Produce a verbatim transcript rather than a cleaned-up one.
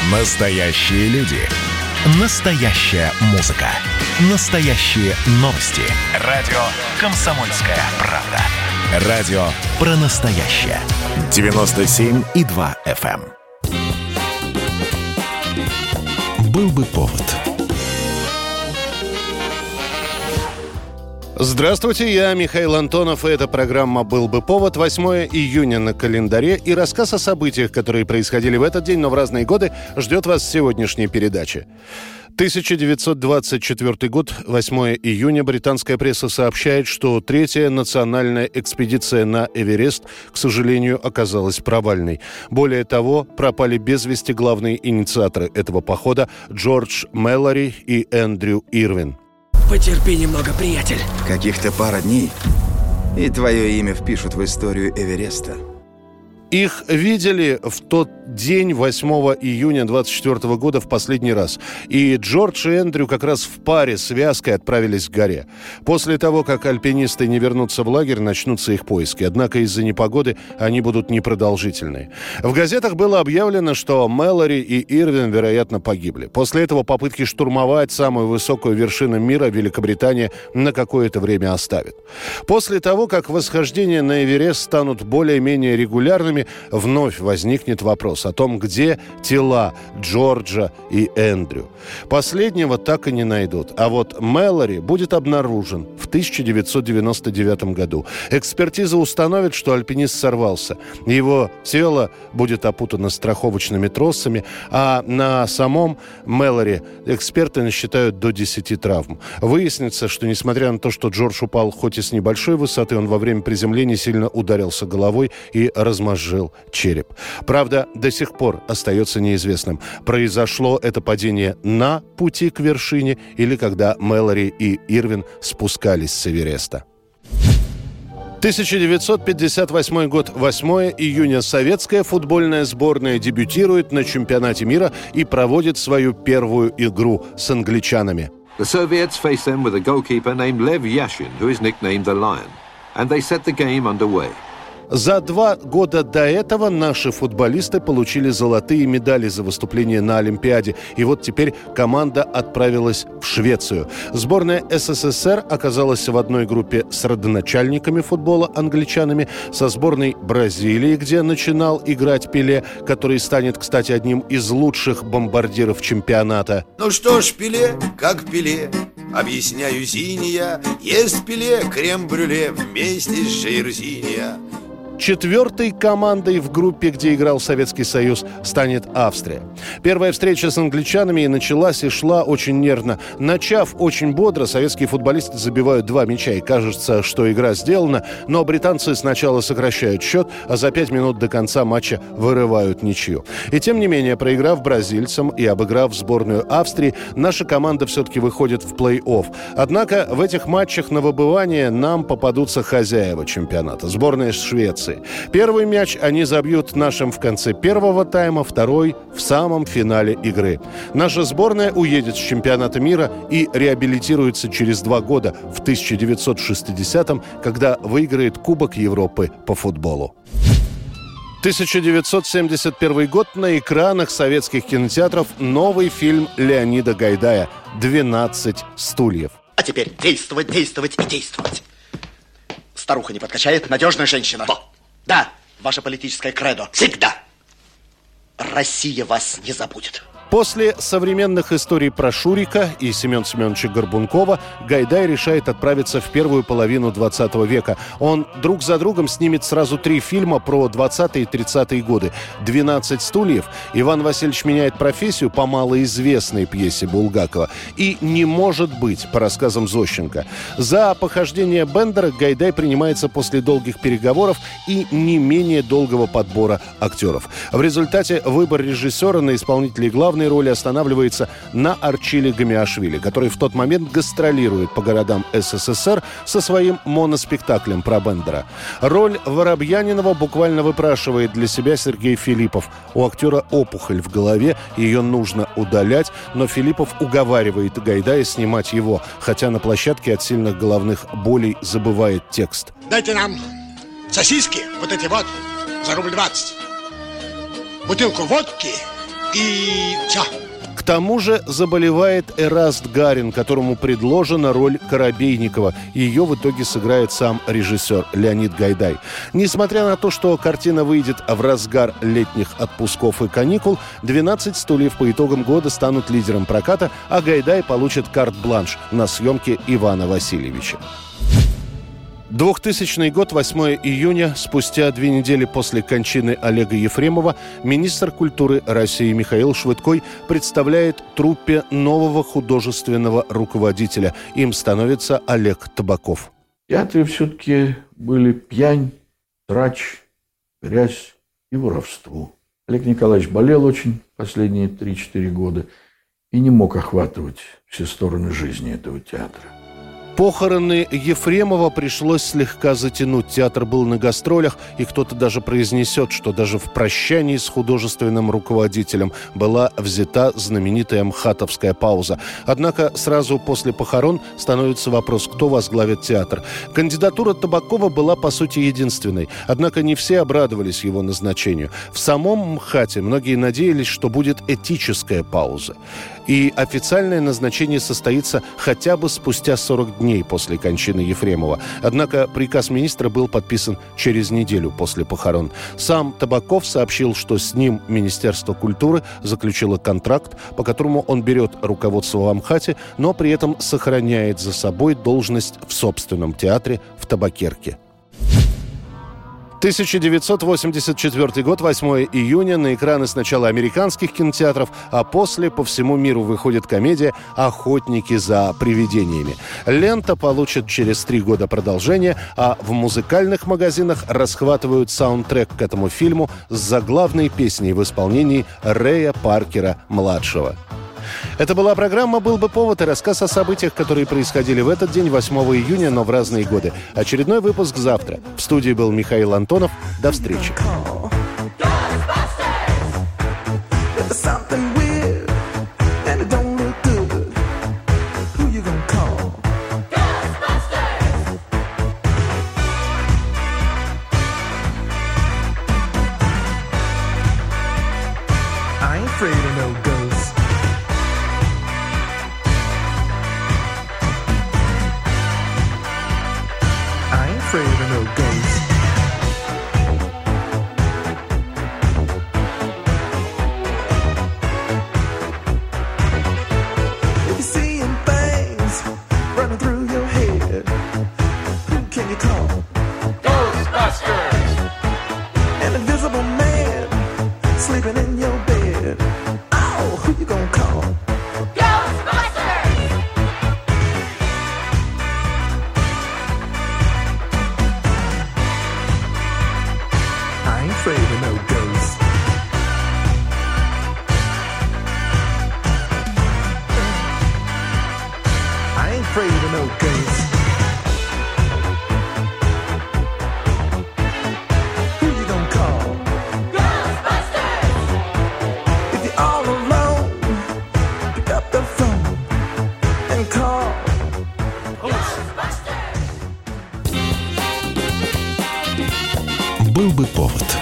Настоящие люди. Настоящая музыка. Настоящие новости. Радио «Комсомольская правда». Радио про настоящее. девяносто семь и два эф эм. Был бы повод. Здравствуйте, я Михаил Антонов, и эта программа «Был бы повод». восьмое июня на календаре, и рассказ о событиях, которые происходили в этот день, но в разные годы, ждет вас в сегодняшней передаче. тысяча девятьсот двадцать четвёртый год, восьмое июня, британская пресса сообщает, что третья национальная экспедиция на Эверест, к сожалению, оказалась провальной. Более того, пропали без вести главные инициаторы этого похода Джордж Мэллори и Эндрю Ирвин. Потерпи немного, приятель. Каких-то пара дней, и твое имя впишут в историю Эвереста. Их видели в тот день, восьмого июня двадцать четвёртого года, в последний раз. И Джордж и Эндрю как раз в паре, связкой отправились к горе. После того, как альпинисты не вернутся в лагерь, начнутся их поиски. Однако из-за непогоды они будут непродолжительные. В газетах было объявлено, что Мэллори и Ирвин, вероятно, погибли. После этого попытки штурмовать самую высокую вершину мира Великобритания на какое-то время оставит. После того, как восхождения на Эверест станут более-менее регулярными, вновь возникнет вопрос о том, где тела Джорджа и Эндрю. Последнего так и не найдут. А вот Мэллори будет обнаружен в тысяча девятьсот девяносто девятом году. Экспертиза установит, что альпинист сорвался. Его тело будет опутано страховочными тросами, а на самом Мэллори эксперты насчитают до десяти травм. Выяснится, что несмотря на то, что Джордж упал хоть и с небольшой высоты, он во время приземления сильно ударился головой и размозжил череп. Правда, до сих пор остается неизвестным, произошло это падение на пути к вершине или когда Мэллори и Ирвин спускались с Эвереста. тысяча девятьсот пятьдесят восьмой год, восьмое июня. Советская футбольная сборная дебютирует на чемпионате мира и проводит свою первую игру с англичанами. The Soviets face them with a goalkeeper named Lev Yashin, who is nicknamed the Lion, and they set the game underway. За два года до этого наши футболисты получили золотые медали за выступление на Олимпиаде. И вот теперь команда отправилась в Швецию. Сборная эс эс эс эр оказалась в одной группе с родоначальниками футбола, англичанами, со сборной Бразилии, где начинал играть Пеле, который станет, кстати, одним из лучших бомбардиров чемпионата. Ну что ж, Пеле, как Пеле, объясняю Зиния, ест Пеле крем-брюле вместе с Жейрзиния. Четвертой командой в группе, где играл Советский Союз, станет Австрия. Первая встреча с англичанами началась и шла очень нервно. Начав очень бодро, советские футболисты забивают два мяча, и кажется, что игра сделана, но британцы сначала сокращают счет, а за пять минут до конца матча вырывают ничью. И тем не менее, проиграв бразильцам и обыграв сборную Австрии, наша команда все-таки выходит в плей-офф. Однако в этих матчах на выбывание нам попадутся хозяева чемпионата, сборная Швеции. Первый мяч они забьют нашим в конце первого тайма, второй в самом финале игры. Наша сборная уедет с чемпионата мира и реабилитируется через два года, в тысяча девятьсот шестидесятом, когда выиграет Кубок Европы по футболу. тысяча девятьсот семьдесят первый год. На экранах советских кинотеатров новый фильм Леонида Гайдая «двенадцать стульев». А теперь действовать, действовать и действовать. Старуха не подкачает, надежная женщина. Во. Да, ваше политическое кредо. Всегда. Россия вас не забудет. После современных историй про Шурика и Семена Семеновича Горбункова Гайдай решает отправиться в первую половину двадцатого века. Он друг за другом снимет сразу три фильма про двадцатые и тридцатые годы. «двенадцать стульев», Иван Васильевич меняет профессию по малоизвестной пьесе Булгакова, и «Не может быть» по рассказам Зощенко. За похождение Бендера Гайдай принимается после долгих переговоров и не менее долгого подбора актеров. В результате выбор режиссера на исполнителей главной роли останавливается на Арчиле Гамиашвили, который в тот момент гастролирует по городам эс эс эс эр со своим моноспектаклем про Бендера. Роль Воробьянинова буквально выпрашивает для себя Сергей Филиппов. У актера опухоль в голове, ее нужно удалять, но Филиппов уговаривает Гайдая снимать его, хотя на площадке от сильных головных болей забывает текст. Дайте нам сосиски, вот эти вот, за рубль двадцать. Бутылку водки и все. К тому же заболевает Эраст Гарин, которому предложена роль Коробейникова. Ее в итоге сыграет сам режиссер Леонид Гайдай. Несмотря на то, что картина выйдет в разгар летних отпусков и каникул, «двенадцать стульев» по итогам года станут лидером проката, а Гайдай получит карт-бланш на съемки Ивана Васильевича. двухтысячный год, восьмое июня, спустя две недели после кончины Олега Ефремова, министр культуры России Михаил Швыдкой представляет труппе нового художественного руководителя. Им становится Олег Табаков. В театре все-таки были пьянь, трач, грязь и воровство. Олег Николаевич болел очень последние три-четыре года и не мог охватывать все стороны жизни этого театра. Похороны Ефремова пришлось слегка затянуть. Театр был на гастролях, и кто-то даже произнесет, что даже в прощании с художественным руководителем была взята знаменитая МХАТовская пауза. Однако сразу после похорон становится вопрос, кто возглавит театр. Кандидатура Табакова была, по сути, единственной. Однако не все обрадовались его назначению. В самом МХАТе многие надеялись, что будет этическая пауза. И официальное назначение состоится хотя бы спустя сорок дней после кончины Ефремова. Однако приказ министра был подписан через неделю после похорон. Сам Табаков сообщил, что с ним Министерство культуры заключило контракт, по которому он берет руководство в МХАТе, но при этом сохраняет за собой должность в собственном театре в Табакерке. тысяча девятьсот восемьдесят четвёртый год, восьмое июня. На экраны сначала американских кинотеатров, а после по всему миру выходит комедия «Охотники за привидениями». Лента получит через три года продолжение, а в музыкальных магазинах расхватывают саундтрек к этому фильму с заглавной песней в исполнении Рэя Паркера-младшего. Это была программа «Был бы повод» и рассказ о событиях, которые происходили в этот день, восьмого июня, но в разные годы. Очередной выпуск завтра. В студии был Михаил Антонов. До встречи. Afraid of no ghosts. If you're seeing things running through your head, who can you call? Ghostbusters! An invisible man sleeping in your bed. Oh, who you gonna call? Afraid of no ghosts. I ain't afraid of no ghosts. Who you gonna call? Ghostbusters! If you're all alone, pick up the phone and call Ghostbusters. Был бы повод.